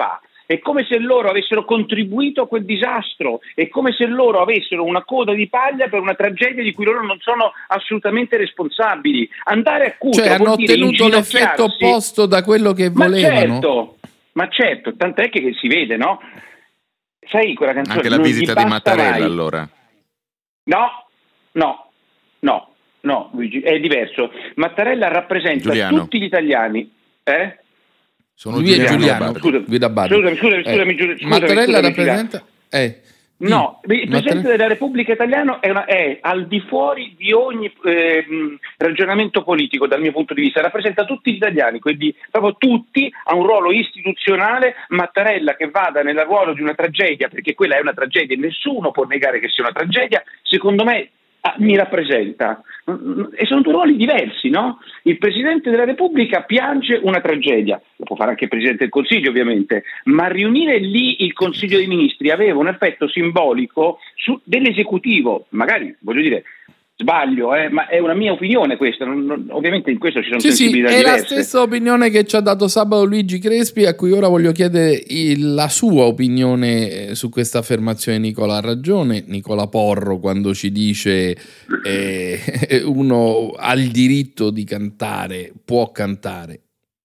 È come se loro avessero contribuito a quel disastro, è come se loro avessero una coda di paglia per una tragedia di cui loro non sono assolutamente responsabili. Andare a Cutro, cioè hanno ottenuto l'effetto opposto da quello che volevano. Ma certo, ma certo, tant'è che si vede, no? Sai quella canzone? Anche la non visita gli di basta Mattarella, mai. allora. No, no, no, no, Luigi, è diverso. Mattarella rappresenta Giuliano. tutti gli italiani, eh? Sono Giuliano, Giuliano. Scusami, Guida Bardi. scusami, scusami, Eh, scusami, scusami, Mattarella scusami, rappresenta... Eh. No, il Presidente Mattarella- della Repubblica Italiana è, una, è al di fuori di ogni eh, mh, ragionamento politico dal mio punto di vista, rappresenta tutti gli italiani, quindi proprio tutti, ha un ruolo istituzionale. Mattarella che vada nel ruolo di una tragedia, perché quella è una tragedia e nessuno può negare che sia una tragedia, secondo me ah, mi rappresenta. E sono due ruoli diversi, no? Il Presidente della Repubblica piange una tragedia, lo può fare anche il Presidente del Consiglio ovviamente, ma riunire lì il Consiglio dei Ministri aveva un effetto simbolico su, dell'esecutivo, magari, voglio dire, sbaglio, eh, ma è una mia opinione questa, non, non, ovviamente in questo ci sono Sì, sì, sensibilità è diverse. la stessa opinione che ci ha dato sabato Luigi Crespi, a cui ora voglio chiedere il- la sua opinione eh, su questa affermazione. Nicola ha ragione, Nicola Porro, quando ci dice eh, uno ha il diritto di cantare, può cantare.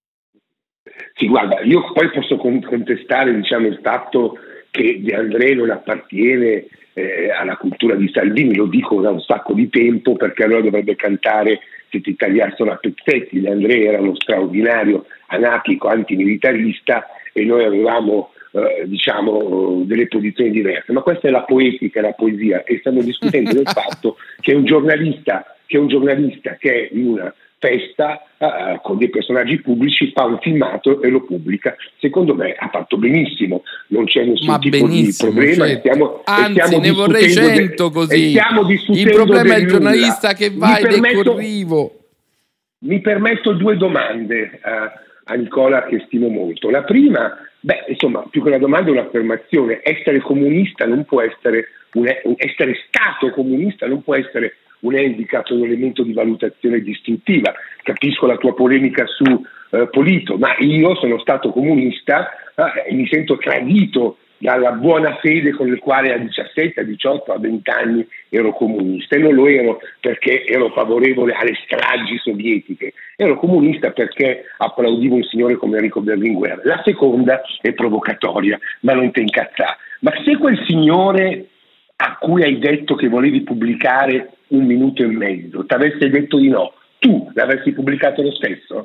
Sì, guarda, io poi posso con- contestare diciamo, il fatto che De André non appartiene eh, alla cultura di Salvini, lo dico da un sacco di tempo, perché allora dovrebbe cantare Se ti tagliassero a pezzetti. De André era uno straordinario anarchico antimilitarista e noi avevamo eh, diciamo delle posizioni diverse, ma questa è la poetica, la poesia, e stiamo discutendo del fatto che un giornalista che un giornalista che è in una festa uh, con dei personaggi pubblici fa un filmato e lo pubblica. Secondo me ha fatto benissimo, non c'è nessun Ma tipo benissimo, di problema. certo. Stiamo, Anzi, stiamo ne vorrei discutendo cento de- così. e stiamo discutendo Il problema è il del giornalista nulla. che va Mi ed è permetto- corrivo. Mi permetto due domande a, a Nicola che stimo molto. La prima, beh, insomma, più che una domanda è un'affermazione. Essere comunista non può essere un, un- essere stato comunista non può essere un handicap, un elemento di valutazione distintiva. Capisco la tua polemica su eh, Polito, ma io sono stato comunista eh, e mi sento tradito dalla buona fede con il quale a diciassette, a diciotto, a venti anni ero comunista, e non lo ero perché ero favorevole alle stragi sovietiche, ero comunista perché applaudivo un signore come Enrico Berlinguer. La seconda è provocatoria, ma non te incazzà. Ma se quel signore a cui hai detto che volevi pubblicare un minuto e mezzo ti avesse detto di no, tu l'avresti pubblicato lo stesso?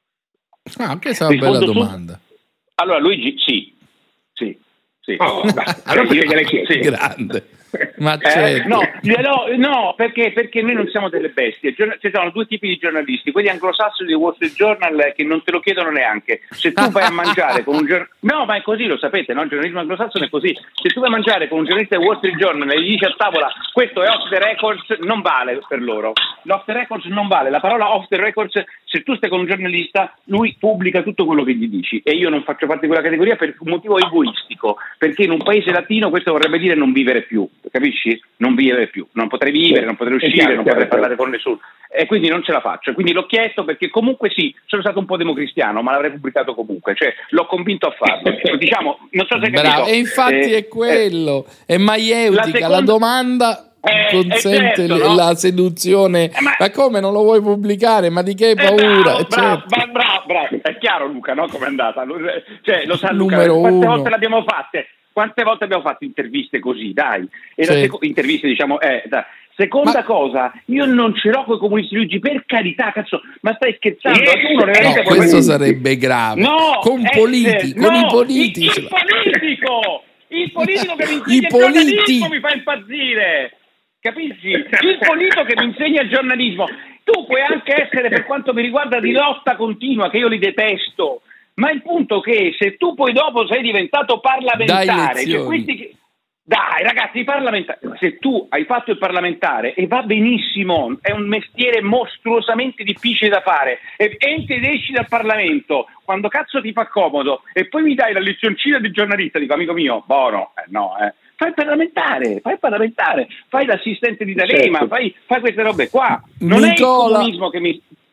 Ah, questa è una bella Rispondo su- domanda. Allora Luigi, sì, sì, sì. Oh, allora perché gliel'hai chiesto? Sì. Grande. Ma Eh, certo. no, no, no, perché, perché noi non siamo delle bestie. Giorn- Ci sono due tipi di giornalisti, quelli anglosassoni di Wall Street Journal che non te lo chiedono neanche. Se tu vai a mangiare con un giornalista, no, ma è così, lo sapete, no? Il giornalismo anglosassone è così. Se tu vai a mangiare con un giornalista di Wall Street Journal e gli dici a tavola questo è off the records, non vale per loro. L'off the records non vale. La parola off the records, se tu stai con un giornalista, lui pubblica tutto quello che gli dici, e io non faccio parte di quella categoria per un motivo egoistico, perché in un paese latino questo vorrebbe dire non vivere più, capisci? Non vivere più, non potrei vivere, non potrei uscire, chiaro, non chiaro, potrei chiaro. parlare con nessuno, e quindi non ce la faccio. Quindi l'ho chiesto perché comunque sì, sono stato un po' democristiano, ma l'avrei pubblicato comunque, cioè l'ho convinto a farlo. Diciamo, non so se hai Bravo. capito. E infatti Eh, è quello, è maieutica, la la, seconda- domanda Eh, consente eh, certo, le- no? la seduzione. Eh, ma- ma come non lo vuoi pubblicare? Ma di che hai Eh, paura? bravo, Eh, bravo, certo. bravo, bravo, bravo. È chiaro Luca, no? Come è andata? Cioè, lo sa Luca, Numero quante uno. volte l'abbiamo fatte? Quante volte abbiamo fatto interviste così, dai? E la Sì. seco- interviste, diciamo, eh, dai. Seconda Ma- cosa, io non ce l'ho con i comunisti, Luigi, per carità, cazzo, ma stai scherzando? Yes! Tu non No, veramente puoi- questo sarebbe grave. No, con eh, Politi, eh, con no, i politici. Il, il politico! Il politico che mi insegna I il politi. giornalismo mi fa impazzire! Capisci? Il politico che mi insegna il giornalismo. Tu puoi anche essere, per quanto mi riguarda, di lotta continua, che io li detesto, ma il punto è che se tu poi dopo sei diventato parlamentare, Dai cioè lezioni. questi che... Dai ragazzi, i parlamentari, se tu hai fatto il parlamentare, e va benissimo, è un mestiere mostruosamente difficile da fare, e entri ed esci dal Parlamento quando cazzo ti fa comodo, e poi mi dai la lezioncina di giornalista, dico amico mio, buono, eh, no, eh. Fai il parlamentare, fai il parlamentare, fai l'assistente di D'Alema, Certo. fai, fai queste robe qua. Non Nicola, è il comunismo che mi...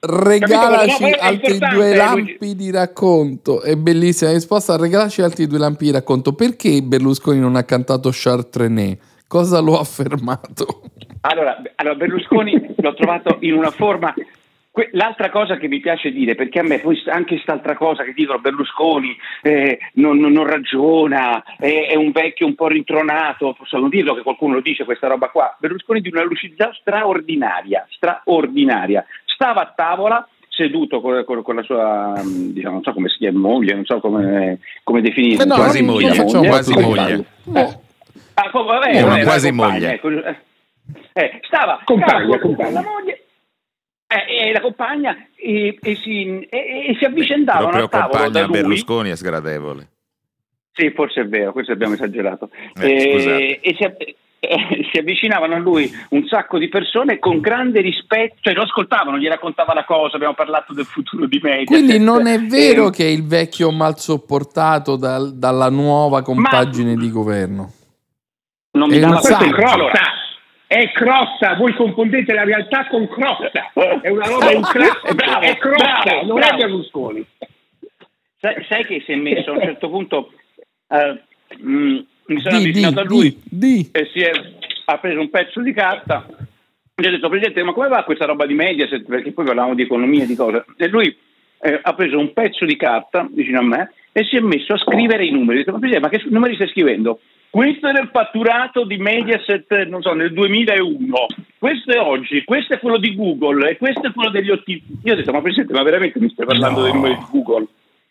regalaci Capito? No, altri due lampi di racconto. È bellissima la risposta. Regalaci altri due lampi di racconto. Perché Berlusconi non ha cantato Chartrené? Cosa lo ha fermato? Allora, allora Berlusconi l'ho trovato in una forma. Que- l'altra cosa che mi piace dire, perché a me poi anche quest'altra cosa che dicono Berlusconi eh, non, non, non ragiona, è, è un vecchio un po' rintronato, possiamo dirlo che qualcuno lo dice questa roba qua. Berlusconi di una lucidità straordinaria, straordinaria. Stava a tavola seduto con, con, con la sua, diciamo, non so come si chiama, moglie, non so come, come definire. No, quasi moglie, moglie, quasi moglie. Eh. Ah, come, vabbè, è una vabbè, quasi compagna, moglie. Ecco, eh, stava Compagna, con compagna. la moglie eh, e la compagna e, e, si, e, e si avvicendavano Proprio al tavolo da compagna lui. Berlusconi è sgradevole. Sì, forse è vero, questo abbiamo esagerato. Eh, e, e si, eh, si avvicinavano a lui un sacco di persone con grande rispetto, cioè lo ascoltavano, gli raccontava la cosa, abbiamo parlato del futuro di media. Quindi non è vero eh, che è il vecchio mal sopportato dal- dalla nuova compagine Ma- di governo. non È mi un dava Questo è santo. Crozza, è Crozza, voi confondete la realtà con Crozza, è una roba incredibile, Bravo, è Crozza, bravo, non bravo. è Berlusconi. Sai, sai che si è messo a un certo punto, eh, mh, mi sono Di, avvicinato di, a lui di, di. e si è, ha preso un pezzo di carta, gli ho detto: Presidente, ma come va questa roba di Mediaset? Perché poi parlavamo di economia e di cose. E lui eh, ha preso un pezzo di carta vicino a me e si è messo a scrivere i numeri. Ho detto: ma Presidente, ma che numeri stai scrivendo? Questo era il fatturato di Mediaset, non so, nel duemilauno, questo è oggi, questo è quello di Google e questo è quello degli O T T. Io ho detto: ma Presidente, ma veramente mi stai parlando No. dei numeri di Google?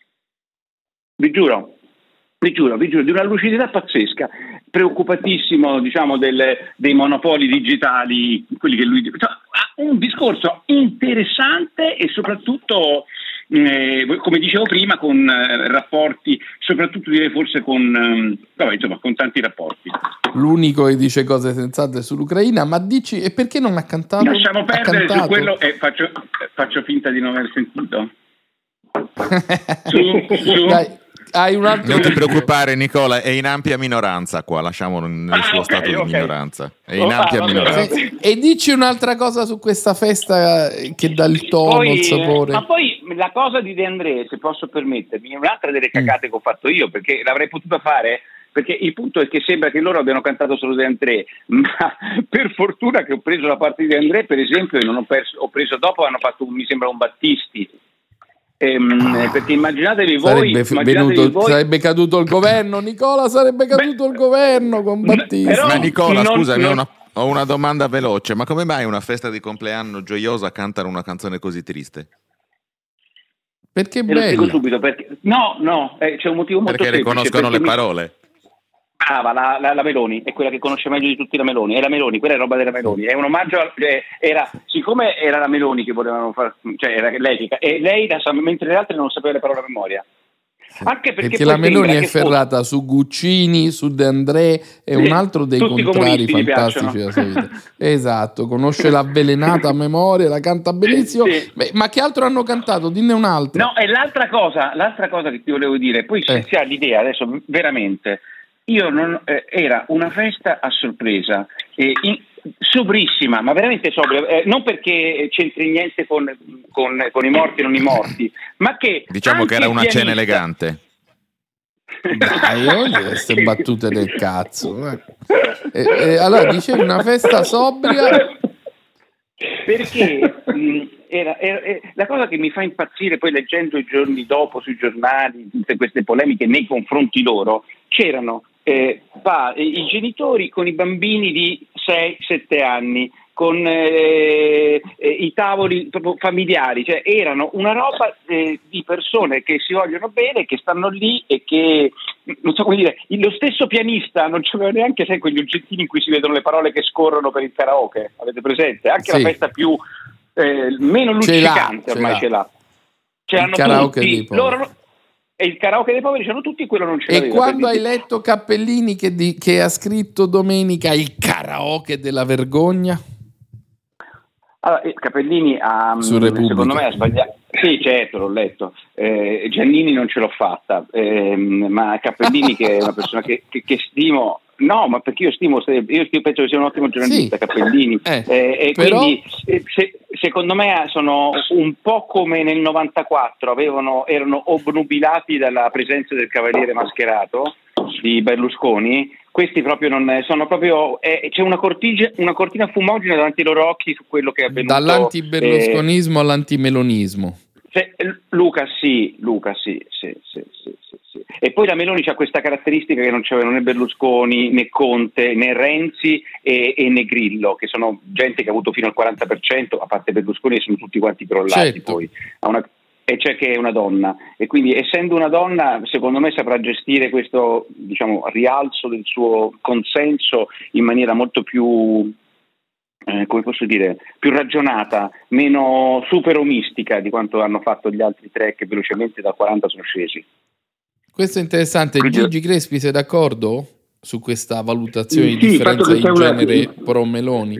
Vi giuro, vi giuro, vi giuro, di una lucidità pazzesca, preoccupatissimo, diciamo, delle, dei monopoli digitali, quelli che lui dice. Cioè, ha un discorso interessante e soprattutto, eh, come dicevo prima, con eh, rapporti, soprattutto direi forse con, eh, vabbè, insomma, con tanti rapporti. L'unico che dice cose sensate sull'Ucraina, ma dici, e perché non ha cantato? Lasciamo Ha perdere su cantato? quello e faccio, faccio finta di non aver sentito. Su, su. Dai, hai un altro Non ti preoccupare Nicola, è in ampia minoranza qua, lasciamolo nel Ah, suo ok, stato di ok. minoranza. È in Oh, ah, ampia vabbè, minoranza. vabbè. E dici un'altra cosa su questa festa che dà il tono, Poi, il sapore. ma poi la cosa di De André, se posso permettermi, è un'altra delle cagate che ho fatto io, perché l'avrei potuta fare, perché il punto è che sembra che loro abbiano cantato solo De André, ma per fortuna che ho preso la parte di De André, per esempio, e non ho, perso, ho preso dopo, hanno fatto, mi sembra, un Battisti. Ehm, perché immaginatevi voi, Sarebbe, immaginatevi venuto, voi sarebbe caduto il governo, Nicola, sarebbe caduto Beh, il governo con Battista. però- Ma Nicola, non- scusami, non- ho una, ho una domanda veloce, ma come mai una festa di compleanno gioiosa cantano una canzone così triste? Perché è Te lo spiego bella. subito, perché no, no, eh, c'è un motivo molto Perché semplice. riconoscono le perché mi- parole? Brava, la, la, la Meloni è quella che conosce meglio di tutti la Meloni, è la Meloni, quella è roba della Meloni, è un omaggio, a, eh, era, siccome era la Meloni che volevano fare, cioè era lei, che- e lei la sa, mentre le altre non sapeva le parole a memoria. Anche perché, Perché poi la Meloni sembra è che fosse- ferrata su Guccini, su De André e Sì, un altro dei tutti i contrari comunisti gli fantastici piacciono. della sua vita. Esatto, conosce l'avvelenata a memoria, la canta benissimo. Sì. Beh, ma che altro hanno cantato? Dinne un altro. No, e l'altra cosa, l'altra cosa che ti volevo dire, poi se Eh. si ha l'idea adesso veramente, io non, eh, era una festa a sorpresa, eh, in- sobrissima, ma veramente sobria, eh, non perché c'entri niente con, con, con i morti e non i morti, ma che Diciamo anche che era una il cena pianista- elegante. Dai, oggi queste battute del cazzo. eh. E, e, allora dicevi una festa sobria. Perché mh, era, era- era- la cosa che mi fa impazzire poi leggendo i giorni dopo sui giornali tutte queste polemiche nei confronti loro, c'erano eh, pa- i genitori con i bambini di sei sette anni con eh, eh, i tavoli proprio familiari, cioè erano una roba eh, di persone che si vogliono bene, che stanno lì e che, non so come dire, lo stesso pianista non c'aveva neanche, sai, quegli oggettini in cui si vedono le parole che scorrono per il karaoke, avete presente? Anche Sì. la festa più eh, meno Ce l'ha, luccicante ce ormai l'ha. ce l'ha. Ce Il l'hanno karaoke tutti. dei poveri. Loro, e il karaoke dei poveri c'hanno tutti, quello non ce E l'aveva. quando per hai dire. letto Cappellini che, di- che ha scritto domenica il karaoke della vergogna? Allora, eh, Capellini ha, Su mh, Repubblica. secondo me ha sbagliato. Sì, certo, l'ho letto. Eh, Giannini non ce l'ho fatta, ehm, ma Cappellini, che è una persona che, che, che stimo, No, ma perché io stimo, io penso che sia un ottimo giornalista, sì. Cappellini, eh, eh, e però... quindi eh, se, secondo me sono un po' come nel novantaquattro, avevano, erano obnubilati dalla presenza del cavaliere mascherato di Berlusconi. Questi proprio non sono proprio eh, c'è una cortina, una cortina fumogena davanti ai loro occhi su quello che è avvenuto. Dall'anti-berlusconismo eh, all'antimelonismo. Se, Luca sì, Luca sì, sì, sì, sì, sì, sì. E poi la Meloni c'ha questa caratteristica che non c'avevano né Berlusconi, né Conte, né Renzi e, e né Grillo, che sono gente che ha avuto fino al quaranta per cento, a parte Berlusconi, sono tutti quanti crollati. Certo. Poi ha una, e c'è che è una donna, e quindi essendo una donna secondo me saprà gestire questo, diciamo, rialzo del suo consenso in maniera molto più Eh, come posso dire, più ragionata, meno super omistica di quanto hanno fatto gli altri tre che velocemente da quaranta sono scesi. Questo è interessante. Quindi... Gigi Crespi, sei d'accordo su questa valutazione sì, di differenza di genere una... pro Meloni?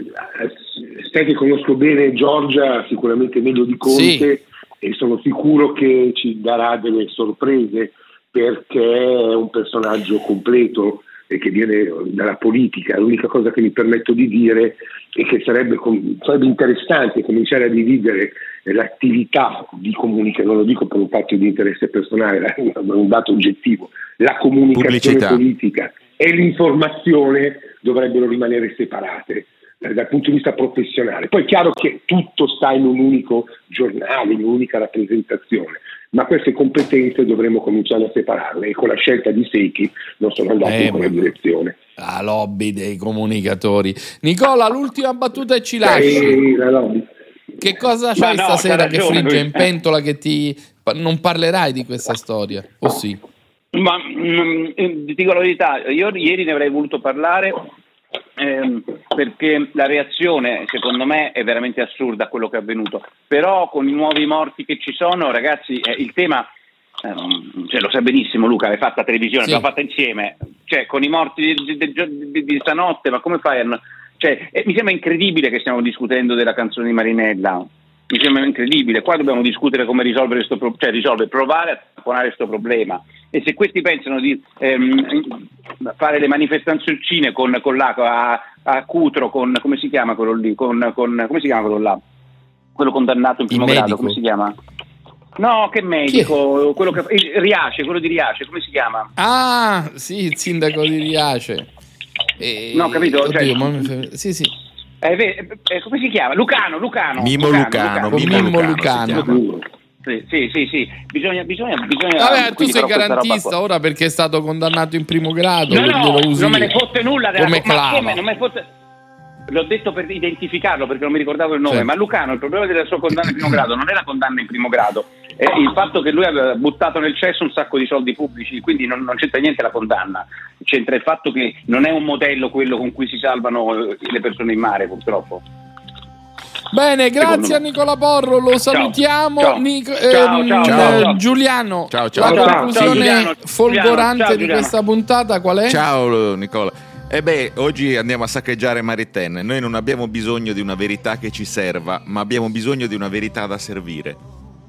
Sai che conosco bene Giorgia, sicuramente meglio di Conte, sì. E sono sicuro che ci darà delle sorprese perché è un personaggio completo e che viene dalla politica. L'unica cosa che mi permetto di dire è che sarebbe, sarebbe interessante cominciare a dividere l'attività di comunicazione, non lo dico per un fatto di interesse personale, è un dato oggettivo, la comunicazione Pubblicità. Politica e l'informazione dovrebbero rimanere separate eh, dal punto di vista professionale. Poi è chiaro che tutto sta in un unico giornale, in un'unica rappresentazione, ma queste competenze dovremmo cominciare a separarle e con la scelta di Secchi non sono andati eh, in quella direzione. La lobby dei comunicatori. Nicola, l'ultima battuta e ci lasci. Eh, la lobby. Che cosa c'hai no, stasera che frigge in pentola che ti... Non parlerai di questa storia, o sì? Ma mh, ti dico la verità, io ieri ne avrei voluto parlare ehm, perché la reazione secondo me è veramente assurda a quello che è avvenuto, però con i nuovi morti che ci sono, ragazzi, eh, il tema eh, cioè, lo sa benissimo Luca, l'hai fatta a televisione, sì. L'abbiamo fatta insieme, cioè con i morti di, di, di, di, di stanotte, ma come fai a... Cioè, eh, mi sembra incredibile che stiamo discutendo della canzone di Marinella, mi sembra incredibile. Qua dobbiamo discutere come risolvere questo pro- cioè risolvere, provare a tamponare questo problema. E se questi pensano di ehm, fare le manifestazioncine con, con la, a, a Cutro, con come si chiama quello lì, con, con come si chiama quello là, quello condannato in primo grado, come si chiama? No, che medico, quello che Riace, quello di Riace, come si chiama? Ah, sì, il sindaco di Riace. E... No, capito? Oddio, cioè... ma... Sì, sì. Eh, eh, come si chiama? Lucano, Lucano. Mimo Lucano, Lucano. Mimo, Mimo Lucano. Lucano. Sì, sì, sì, sì. Bisogna, bisogna, bisogna. Vabbè, tu sei garantista ora perché è stato condannato in primo grado. No, no, lo usi non me ne fotte nulla della come clava. Ma non me ne fotte... L'ho detto per identificarlo perché non mi ricordavo il nome, sì. Ma Lucano, il problema della sua condanna in primo grado non è la condanna in primo grado, è il fatto che lui aveva buttato nel cesso un sacco di soldi pubblici, quindi non, non c'entra niente la condanna, c'entra il fatto che non è un modello quello con cui si salvano le persone in mare, purtroppo. Bene, grazie a Nicola Porro, lo salutiamo. Ciao. Nic- ciao, ehm, ciao, ciao, ciao. Giuliano, ciao, ciao. la ciao, conclusione ciao, folgorante ciao, di questa puntata qual è? Ciao Nicola. E eh beh, oggi andiamo a saccheggiare Maritain. Noi non abbiamo bisogno di una verità che ci serva, ma abbiamo bisogno di una verità da servire.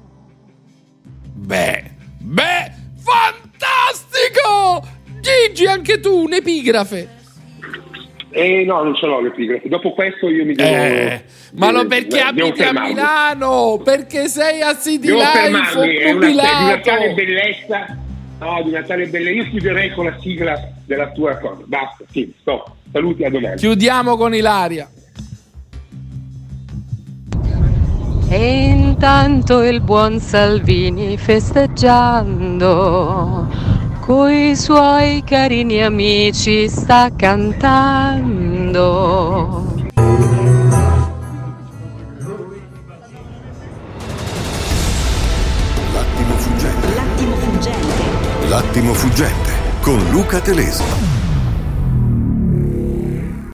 Beh, beh, fantastico! Gigi, anche tu, un'epigrafe. Eh no, non ce l'ho l'epigrafe. Dopo questo io mi devo... Eh, ma lo perché abiti a Milano? Perché sei a City Life è una, di una tale bellezza. No, di una tale bellezza. Io chiuderei con la sigla della tua cosa. Basta, sì, stop. Saluti, a domani. Chiudiamo con Ilaria. E intanto il buon Salvini festeggiando coi suoi carini amici sta cantando. L'attimo fuggente. L'attimo fuggente con Luca Telesi.